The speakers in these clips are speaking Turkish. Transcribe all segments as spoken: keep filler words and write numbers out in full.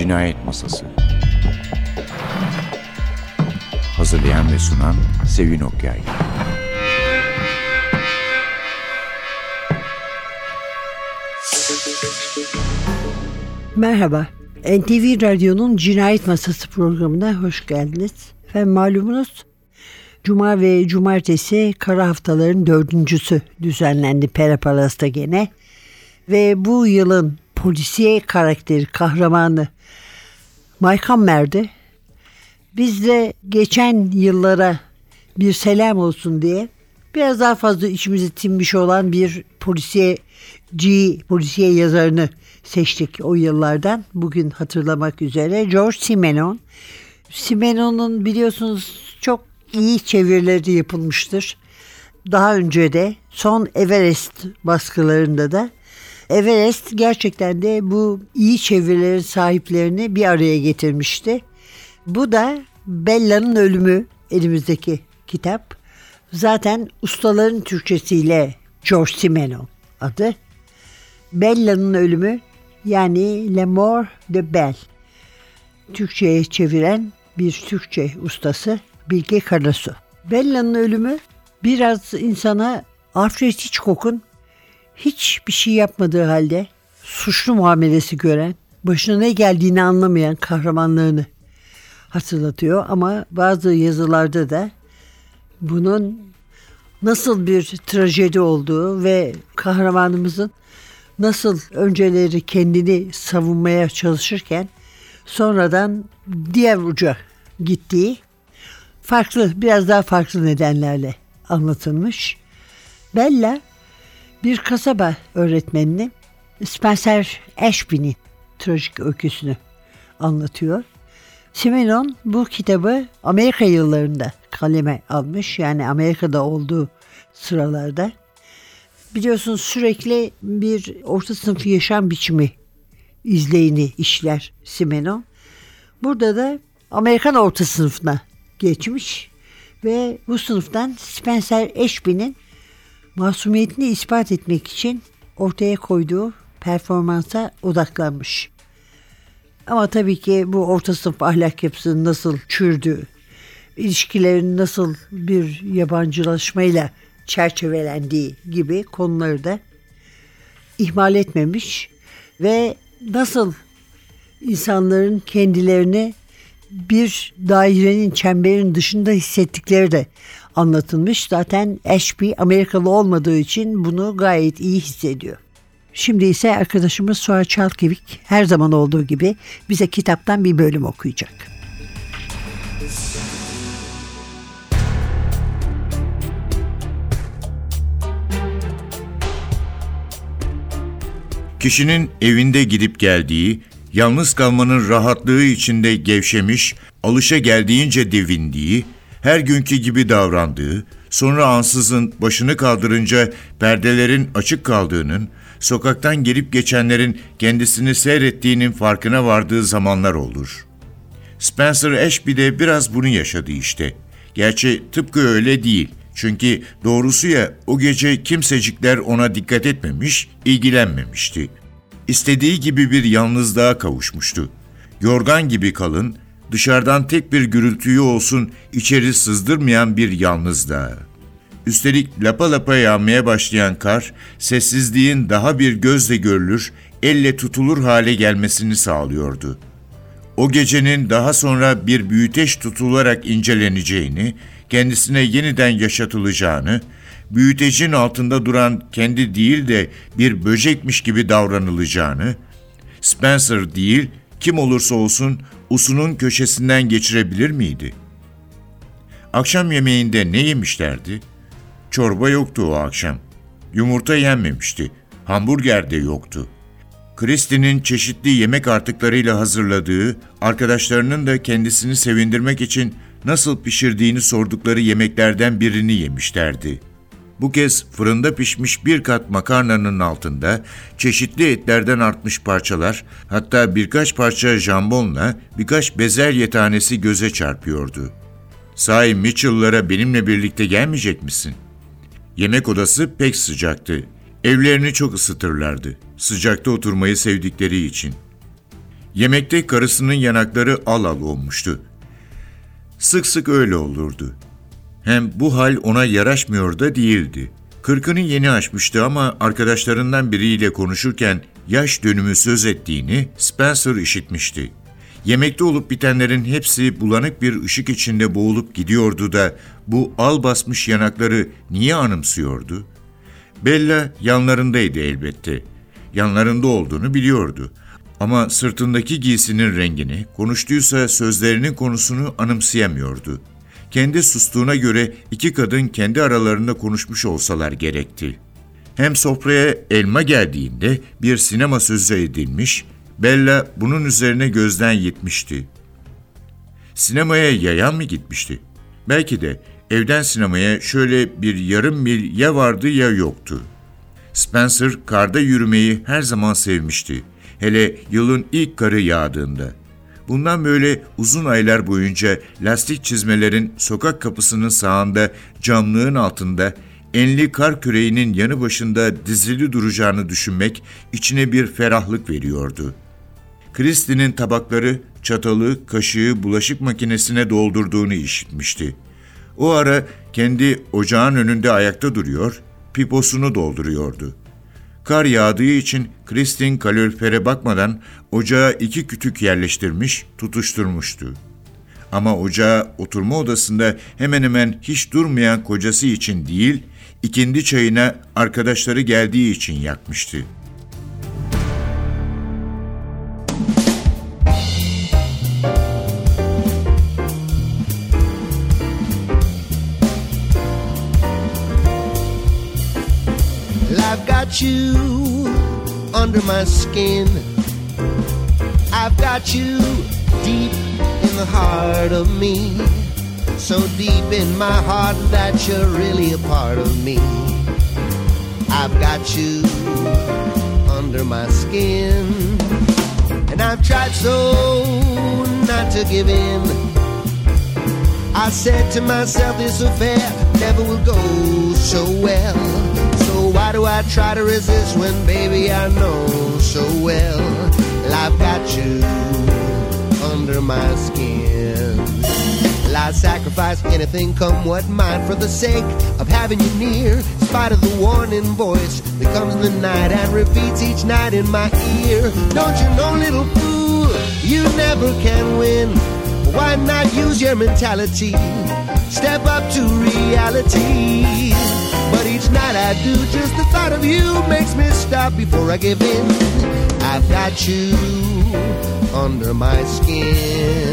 Cinayet Masası. Hazırlayan ve sunan Sevin Okyay. Merhaba, N T V Radyo'nun Cinayet Masası programına hoş geldiniz. Efendim malumunuz, Cuma ve Cumartesi kara haftaların dördüncüsü düzenlendi Perapalas'ta gene. Ve bu yılın polisiye karakteri, kahramanı Mike Hammer'di. Biz de geçen yıllara bir selam olsun diye biraz daha fazla içimize sinmiş olan bir polisiyeci, polisiye yazarını seçtik o yıllardan. Bugün hatırlamak üzere George Simenon. Simenon'un biliyorsunuz çok iyi çevirileri yapılmıştır. Daha önce de son Everest baskılarında da Everest gerçekten de bu iyi çevirilerin sahiplerini bir araya getirmişti. Bu da Bella'nın Ölümü elimizdeki kitap. Zaten ustaların Türkçesiyle George Simenon adı. Bella'nın Ölümü yani Le Mort de Belle. Türkçe'ye çeviren bir Türkçe ustası Bilge Karasu. Bella'nın Ölümü biraz insana Alfred Hitchcock'un hiçbir şey yapmadığı halde suçlu muamelesi gören, başına ne geldiğini anlamayan kahramanlarını hatırlatıyor. Ama bazı yazılarda da bunun nasıl bir trajedi olduğu ve kahramanımızın nasıl önceleri kendini savunmaya çalışırken sonradan diğer uca gittiği farklı, biraz daha farklı nedenlerle anlatılmış. Bella bir kasaba öğretmenini Spencer Ashby'nin trajik öyküsünü anlatıyor. Simenon bu kitabı Amerika yıllarında kaleme almış. Yani Amerika'da olduğu sıralarda. Biliyorsunuz sürekli bir orta sınıf yaşam biçimi izleyini işler Simenon. Burada da Amerikan orta sınıfına geçmiş ve bu sınıftan Spencer Ashby'nin masumiyetini ispat etmek için ortaya koyduğu performansa odaklanmış. Ama tabii ki bu orta sınıf ahlak yapısının nasıl çürdüğü, ilişkilerin nasıl bir yabancılaşmayla çerçevelendiği gibi konuları da ihmal etmemiş ve nasıl insanların kendilerini bir dairenin, çemberin dışında hissettikleri de anlatılmış. Zaten Ashby Amerikalı olmadığı için bunu gayet iyi hissediyor. Şimdi ise arkadaşımız Suha Çalkevik her zaman olduğu gibi bize kitaptan bir bölüm okuyacak. Kişinin evinde gidip geldiği, yalnız kalmanın rahatlığı içinde gevşemiş, alışa geldiğince devindiği, her günkü gibi davrandığı, sonra ansızın başını kaldırınca perdelerin açık kaldığının, sokaktan gelip geçenlerin kendisini seyrettiğinin farkına vardığı zamanlar olur. Spencer Ashby de biraz bunu yaşadı işte. Gerçi tıpkı öyle değil. Çünkü doğrusu ya o gece kimsecikler ona dikkat etmemiş, ilgilenmemişti. İstediği gibi bir yalnızlığa kavuşmuştu. Yorgan gibi kalın, dışarıdan tek bir gürültüyü olsun içeri sızdırmayan bir yalnızlığa. Üstelik lapa lapa yağmaya başlayan kar, sessizliğin daha bir gözle görülür, elle tutulur hale gelmesini sağlıyordu. O gecenin daha sonra bir büyüteç tutularak inceleneceğini, kendisine yeniden yaşatılacağını, büyütecin altında duran kendi değil de bir böcekmiş gibi davranılacağını, Spencer değil, kim olursa olsun usunun köşesinden geçirebilir miydi? Akşam yemeğinde ne yemişlerdi? Çorba yoktu o akşam. Yumurta yenmemişti. Hamburger de yoktu. Christie'nin çeşitli yemek artıklarıyla hazırladığı, arkadaşlarının da kendisini sevindirmek için nasıl pişirdiğini sordukları yemeklerden birini yemişlerdi. Bu kez fırında pişmiş bir kat makarnanın altında çeşitli etlerden artmış parçalar, hatta birkaç parça jambonla birkaç bezelye tanesi göze çarpıyordu. "Sahi Mitchell'lara benimle birlikte gelmeyecek misin?" Yemek odası pek sıcaktı. Evlerini çok ısıtırlardı. Sıcakta oturmayı sevdikleri için. Yemekte karısının yanakları al al olmuştu. Sık sık öyle olurdu. Hem bu hal ona yaraşmıyor da değildi. Kırkını yeni aşmıştı ama arkadaşlarından biriyle konuşurken yaş dönümü söz ettiğini Spencer işitmişti. Yemekte olup bitenlerin hepsi bulanık bir ışık içinde boğulup gidiyordu da bu al basmış yanakları niye anımsıyordu? Bella yanlarındaydı elbette. Yanlarında olduğunu biliyordu. Ama sırtındaki giysinin rengini, konuştuysa sözlerinin konusunu anımsayamıyordu. Kendi sustuğuna göre iki kadın kendi aralarında konuşmuş olsalar gerekti. Hem sofraya elma geldiğinde bir sinema sözü edilmiş, Bella bunun üzerine gözden yitmişti. Sinemaya yayan mı gitmişti? Belki de evden sinemaya şöyle bir yarım mil ya vardı ya yoktu. Spencer karda yürümeyi her zaman sevmişti. Hele yılın ilk karı yağdığında. Bundan böyle uzun aylar boyunca lastik çizmelerin sokak kapısının sağında camlığın altında enli kar küreğinin yanı başında dizili duracağını düşünmek içine bir ferahlık veriyordu. Christie'nin tabakları, çatalı, kaşığı bulaşık makinesine doldurduğunu işitmişti. O ara kendi ocağın önünde ayakta duruyor, piposunu dolduruyordu. Kar yağdığı için Christine kalorifere bakmadan ocağa iki kütük yerleştirmiş, tutuşturmuştu. Ama ocağı oturma odasında hemen hemen hiç durmayan kocası için değil, ikindi çayına arkadaşları geldiği için yakmıştı. I've got you under my skin. I've got you deep in the heart of me. So deep in my heart that you're really a part of me. I've got you under my skin. And I've tried so not to give in. I said to myself this affair never will go so well. So why do I try to resist when baby I know so well I've got you under my skin. I'd sacrifice anything come what might for the sake of having you near, in spite of the warning voice that comes in the night and repeats each night in my ear. Don't you know, little fool, you never can win. Why not use your mentality? Step up to reality. But each night I do, just the thought of you makes me stop before I give in. I've got you under my skin.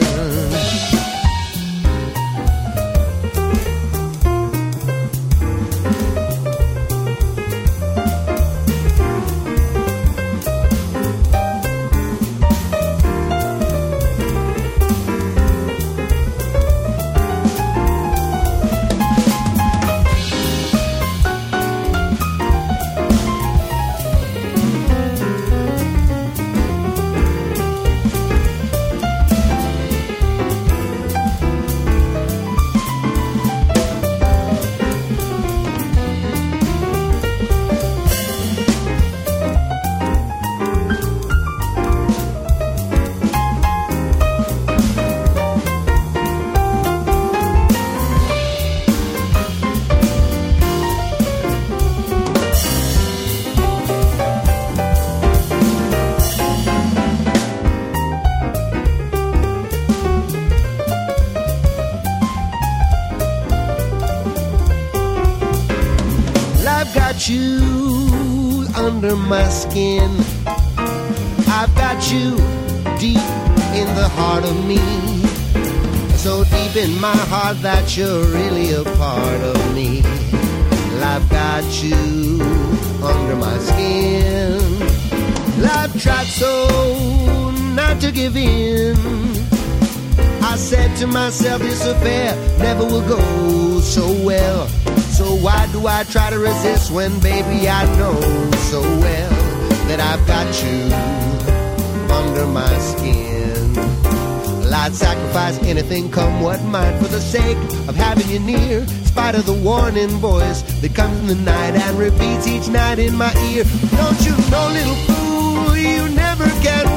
You under my skin. I've got you deep in the heart of me. So deep in my heart that you're really a part of me. I've got you under my skin. I've tried so not to give in. I said to myself this affair never will go so well. So why do I try to resist when baby I know so well that I've got you under my skin. I'd sacrifice anything come what might for the sake of having you near, in spite of the warning voice that comes in the night and repeats each night in my ear. Don't you know, little fool, you never can win.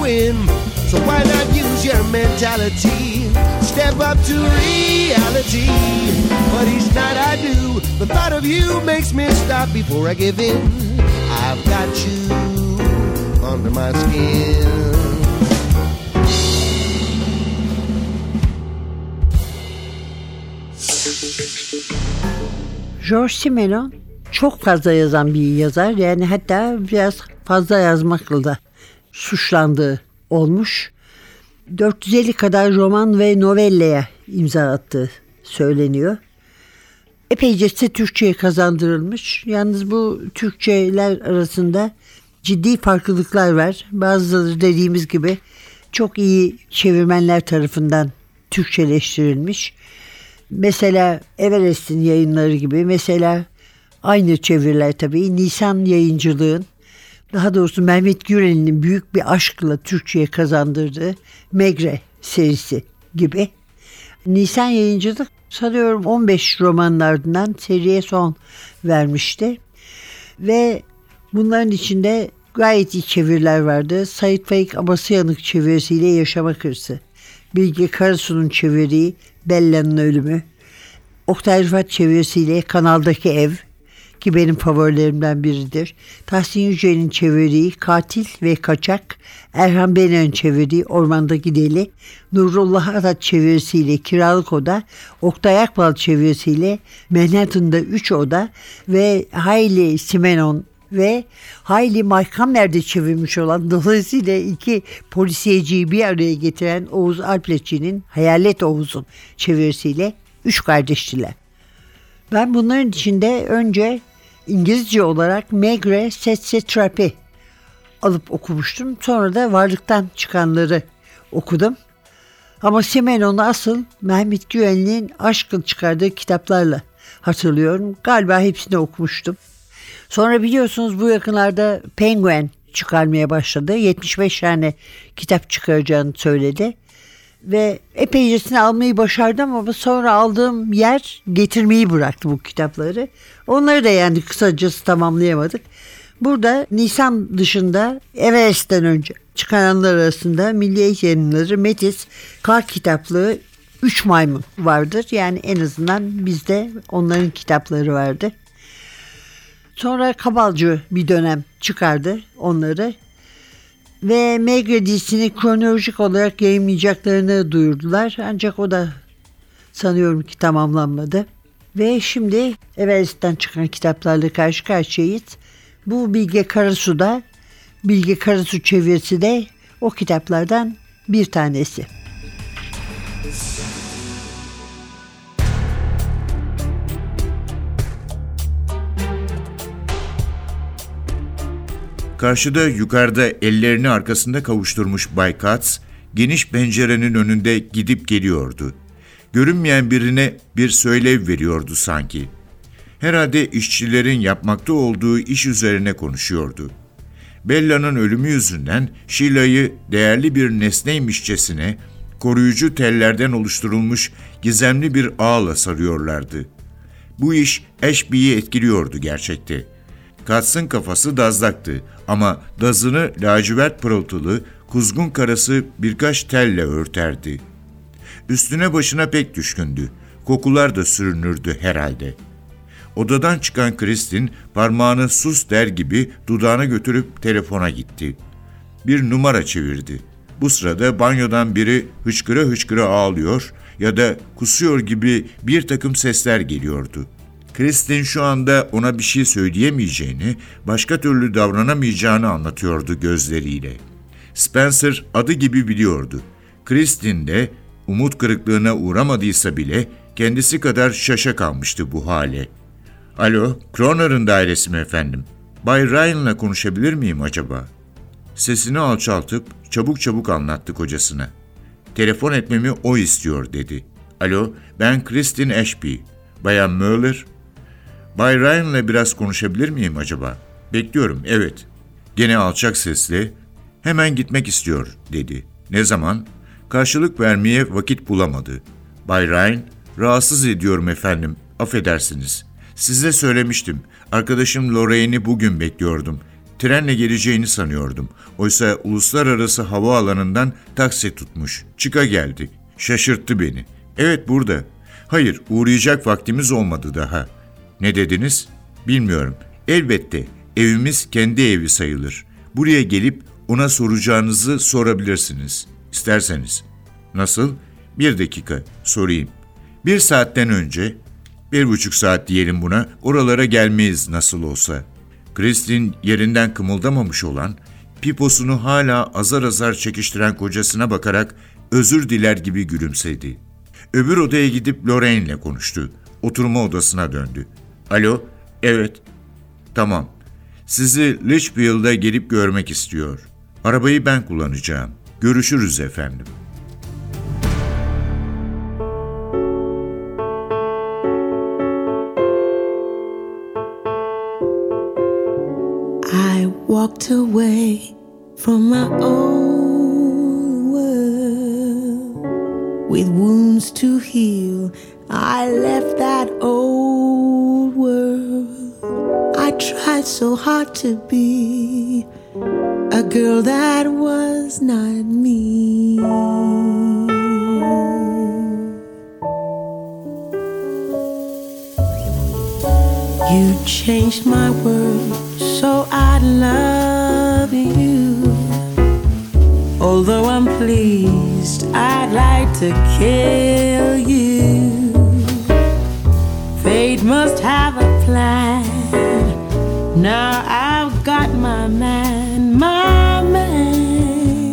win. So why not use your mentality? Step up to reality. But each night I do, the thought of you makes me stop before I give in. I've got you under my skin. George Simenon çok fazla yazan bir yazar. Yani hatta biraz fazla yazmakla da suçlandığı olmuş. dört yüz elli kadar roman ve novelleye imza attığı söyleniyor. Epeyce Türkçe'ye kazandırılmış. Yalnız bu Türkçeler arasında ciddi farklılıklar var. Bazıları dediğimiz gibi çok iyi çevirmenler tarafından Türkçeleştirilmiş. Mesela Everest'in yayınları gibi, mesela aynı çeviriler tabii Nisan Yayıncılığın, daha doğrusu Mehmet Gürel'in büyük bir aşkla Türkçe'ye kazandırdığı Megre serisi gibi. Nisan Yayıncılık sanıyorum on beş romanın ardından seriye son vermişti. Ve bunların içinde gayet iyi çeviriler vardı. Sait Faik Amasyanık çevirisiyle Yaşamak Hırsı, Bilge Karasu'nun çevirdiği Bella'nın Ölümü, Oktay Rıfat çevirisiyle Kanaldaki Ev, ki benim favorilerimden biridir. Tahsin Yücel'in çevirdiği Katil ve Kaçak, Erhan Bener'in çevirdiği Ormandaki Deli, Nurullah Atat çevirisiyle Kiralık Oda, Oktay Akbal çevirisiyle Manhattan'da Üç Oda ve Hayley Simenon ve Hayley Maykamler'de çevirmiş olan, dolayısıyla iki polisiyeciyi bir araya getiren Oğuz Alpleçi'nin Hayalet Oğuz'un çevirisiyle Üç Kardeştiler. Ben bunların içinde önce İngilizce olarak Maigret Setse Trapp'i alıp okumuştum. Sonra da Varlıktan Çıkanları okudum. Ama Simenon'u asıl Mehmet Güvenli'nin aşkın çıkardığı kitaplarla hatırlıyorum. Galiba hepsini okumuştum. Sonra biliyorsunuz bu yakınlarda Penguin çıkarmaya başladı. yetmiş beş tane kitap çıkaracağını söyledi. Ve epeycesini almayı başardım ama sonra aldığım yer getirmeyi bıraktı bu kitapları. Onları da yani kısacası tamamlayamadık. Burada Nisan dışında Everest'ten önce çıkaranlar arasında Milli Eğitim Yayınları Metis Kar kitaplığı Üç Maymun vardır. Yani en azından bizde onların kitapları vardı. Sonra Kabalcı bir dönem çıkardı onları. Ve Maigret dizisini kronolojik olarak yayınlayacaklarını duyurdular. Ancak o da sanıyorum ki tamamlanmadı. Ve şimdi Everest'ten çıkan kitaplarla karşı karşıyayız. Bu Bilge Karasu'da, Bilge Karasu çevirisi de o kitaplardan bir tanesi. Karşıda yukarıda ellerini arkasında kavuşturmuş Bay Katz, geniş pencerenin önünde gidip geliyordu. Görünmeyen birine bir söylev veriyordu sanki. Herhalde işçilerin yapmakta olduğu iş üzerine konuşuyordu. Bella'nın ölümü yüzünden Sheila'yı değerli bir nesneymişçesine koruyucu tellerden oluşturulmuş gizemli bir ağla sarıyorlardı. Bu iş Ashby'yi etkiliyordu gerçekte. Katz'ın kafası dazlaktı ama dazını lacivert pırıltılı, kuzgun karası birkaç telle örterdi. Üstüne başına pek düşkündü. Kokular da sürünürdü herhalde. Odadan çıkan Kristin parmağını sus der gibi dudağına götürüp telefona gitti. Bir numara çevirdi. Bu sırada banyodan biri hıçkıra hıçkıra ağlıyor ya da kusuyor gibi bir takım sesler geliyordu. Kristin şu anda ona bir şey söyleyemeyeceğini, başka türlü davranamayacağını anlatıyordu gözleriyle. Spencer adı gibi biliyordu. Kristin de umut kırıklığına uğramadıysa bile kendisi kadar şaşa kalmıştı bu hale. "Alo, Kroner'ın dairesi mi efendim? Bay Ryan'la konuşabilir miyim acaba?" Sesini alçaltıp çabuk çabuk anlattı kocasına. "Telefon etmemi o istiyor," dedi. "Alo, ben Kristin Ashby. Bayan Möller." "Bay Ryan'la biraz konuşabilir miyim acaba?" "Bekliyorum, evet." Gene alçak sesle, "Hemen gitmek istiyor," dedi. "Ne zaman?" Karşılık vermeye vakit bulamadı. "Bay Ryan, rahatsız ediyorum efendim, affedersiniz. Size söylemiştim, arkadaşım Lorraine'i bugün bekliyordum. Trenle geleceğini sanıyordum. Oysa uluslararası havaalanından taksi tutmuş. Çıka geldi. Şaşırttı beni. Evet, burada. Hayır, uğrayacak vaktimiz olmadı daha. Ne dediniz? Bilmiyorum. Elbette evimiz kendi evi sayılır. Buraya gelip ona soracağınızı sorabilirsiniz. İsterseniz. Nasıl? Bir dakika sorayım. Bir saatten önce, bir buçuk saat diyelim buna, oralara gelmeyiz nasıl olsa. Kristin yerinden kımıldamamış olan, piposunu hala azar azar çekiştiren kocasına bakarak özür diler gibi gülümsedi. Öbür odaya gidip Lorraine'le konuştu. Oturma odasına döndü. Alo, evet. Tamam. Sizi Litchfield'a gelip görmek istiyor. Arabayı ben kullanacağım. Görüşürüz efendim. I walked away from my old world with wounds to heal. I left that old world. I tried so hard to be a girl that was not me. You changed my world so I'd love you. Although I'm pleased, I'd like to kill you. Fate must have a plan. Now I've got my man, my man.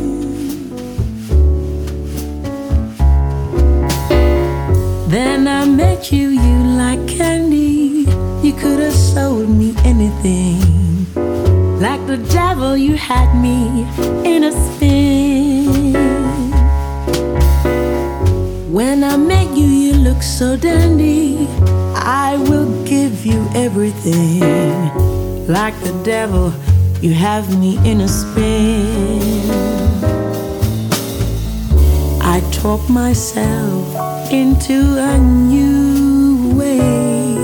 Then I met you, you like candy. You could have sold me anything. Like the devil, you had me in a spin. When I met you, you looked so dandy. I will give you everything. Like the devil, you have me in a spin. I talk myself into a new way.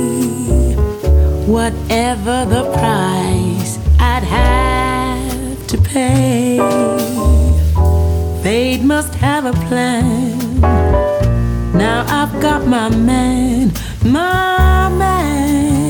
Whatever the price, I'd have to pay. Fate must have a plan. Now I've got my man, my man.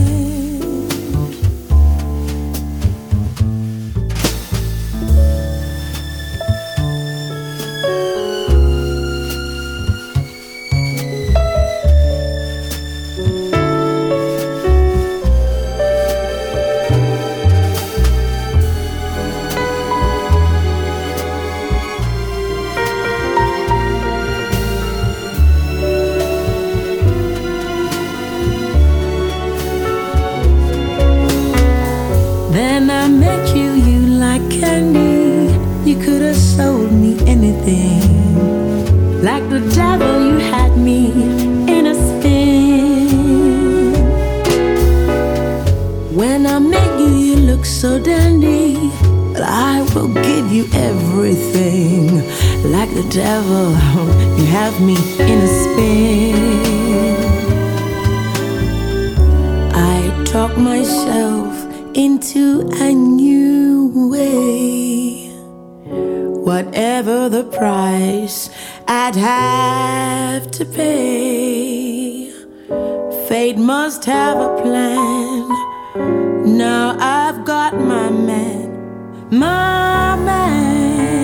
Then I met you, you like candy. You could have sold me anything. Like the devil, you had me in a spin. When I met you, you looked so dandy. But I will give you everything. Like the devil, you have me in a spin. I talk myself into a new way. Whatever the price, I'd have to pay. Fate must have a plan. Now I've got my man, my man.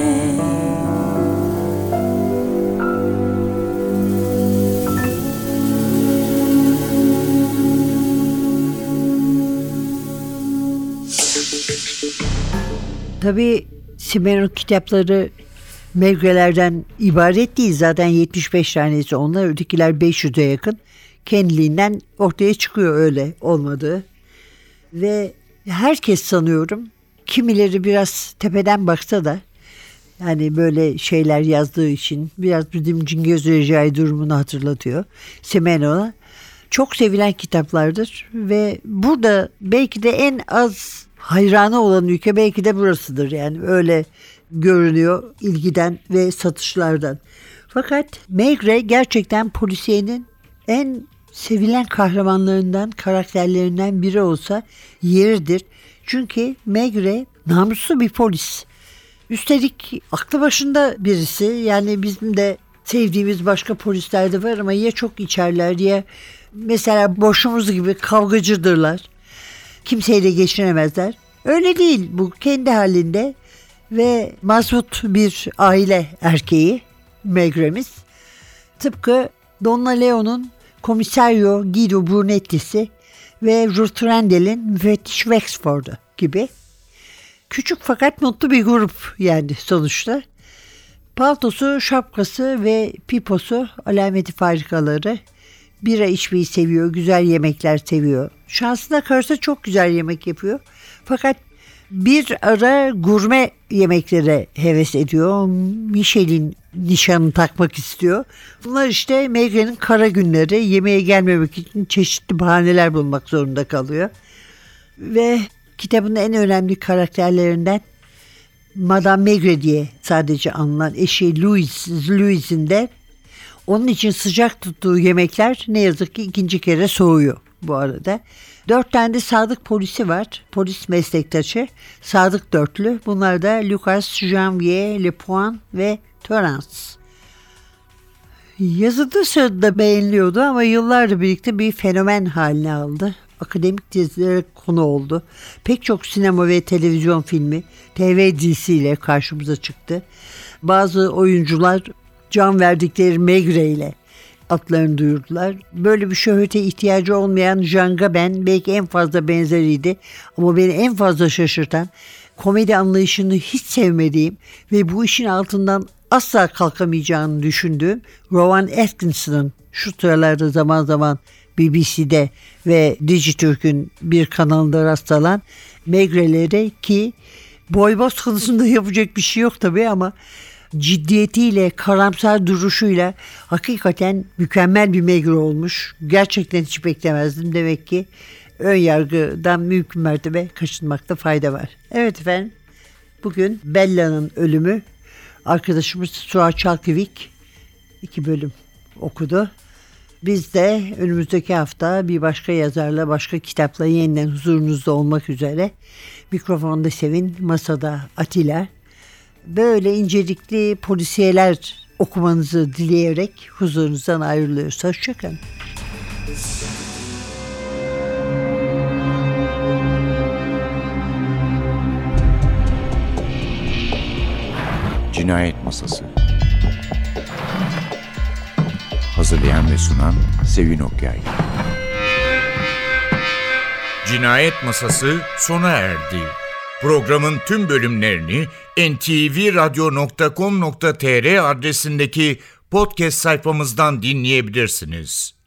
Tabii Simenon kitapları Maigret'lerden ibaret değil. Zaten yetmiş beş tanesi onlar. Ötekiler beş yüze yakın. Kendiliğinden ortaya çıkıyor öyle olmadığı. Ve herkes sanıyorum, kimileri biraz tepeden baksa da, yani böyle şeyler yazdığı için biraz bizim Cingöz Recai durumunu hatırlatıyor. Simenon'a çok sevilen kitaplardır ve burada belki de en az hayranı olan ülke belki de burasıdır. Yani öyle görünüyor ilgiden ve satışlardan. Fakat Maigret gerçekten polisiyenin en sevilen kahramanlarından, karakterlerinden biri olsa yeridir. Çünkü Maigret namuslu bir polis. Üstelik aklı başında birisi. Yani bizim de sevdiğimiz başka polisler de var ama ya çok içerler ya mesela boşumuz gibi kavgacıdırlar. Kimseyle geçinemezler. Öyle değil, bu kendi halinde ve mazbut bir aile erkeği Maigret'imiz. Tıpkı Donna Leon'un Komisario Guido Brunetti'si ve Ruth Rendell'in müfettiş Wexford'u gibi. Küçük fakat mutlu bir grup yani sonuçta. Paltosu, şapkası ve piposu alameti farikaları. Bira içmeyi seviyor, güzel yemekler seviyor. Şansına karşı çok güzel yemek yapıyor. Fakat bir ara gurme yemeklere heves ediyor. Michelin nişanını takmak istiyor. Bunlar işte Maigret'in kara günleri. Yemeğe gelmemek için çeşitli bahaneler bulmak zorunda kalıyor. Ve kitabın en önemli karakterlerinden Madame Maigret diye sadece anılan eşi Louise, Louise'in de onun için sıcak tuttuğu yemekler ne yazık ki ikinci kere soğuyor bu arada. Dört tane de sadık polisi var. Polis meslektaşı. Sadık dörtlü. Bunlar da Lucas, Janvier, Lepoin ve Torrance. Yazıldığı sırada beğeniliyordu ama yıllarla birlikte bir fenomen haline aldı. Akademik dizilere konu oldu. Pek çok sinema ve televizyon filmi, T V dizisiyle karşımıza çıktı. Bazı oyuncular can verdikleri Maigret ile adlarını duyurdular. Böyle bir şöhrete ihtiyacı olmayan Jean Gabin belki en fazla benzeriydi. Ama beni en fazla şaşırtan, komedi anlayışını hiç sevmediğim ve bu işin altından asla kalkamayacağını düşündüğüm Rowan Atkinson'ın şu sıralarda zaman zaman B B C'de ve Dijitürk'ün bir kanalında rastlanan Maigret'leri ki boyboz konusunda yapacak bir şey yok tabii ama ciddiyetiyle, karamsar duruşuyla hakikaten mükemmel bir Maigret olmuş. Gerçekten hiç beklemezdim. Demek ki ön yargıdan mümkün mertebe kaçınmakta fayda var. Evet efendim, bugün Bella'nın ölümü. Arkadaşımız Suat Çalkıvik iki bölüm okudu. Biz de önümüzdeki hafta bir başka yazarla, başka kitapla yeniden huzurunuzda olmak üzere. Mikrofonda Sevin, masada Atilla. Böyle incelikli polisiyeler okumanızı dileyerek huzurunuzdan ayrılıyoruz. Hoşçakalın. Cinayet Masası. Hazırlayan ve sunan Sevin Okyay. Cinayet Masası sona erdi. Programın tüm bölümlerini en te ve radyo nokta com nokta tr adresindeki podcast sayfamızdan dinleyebilirsiniz.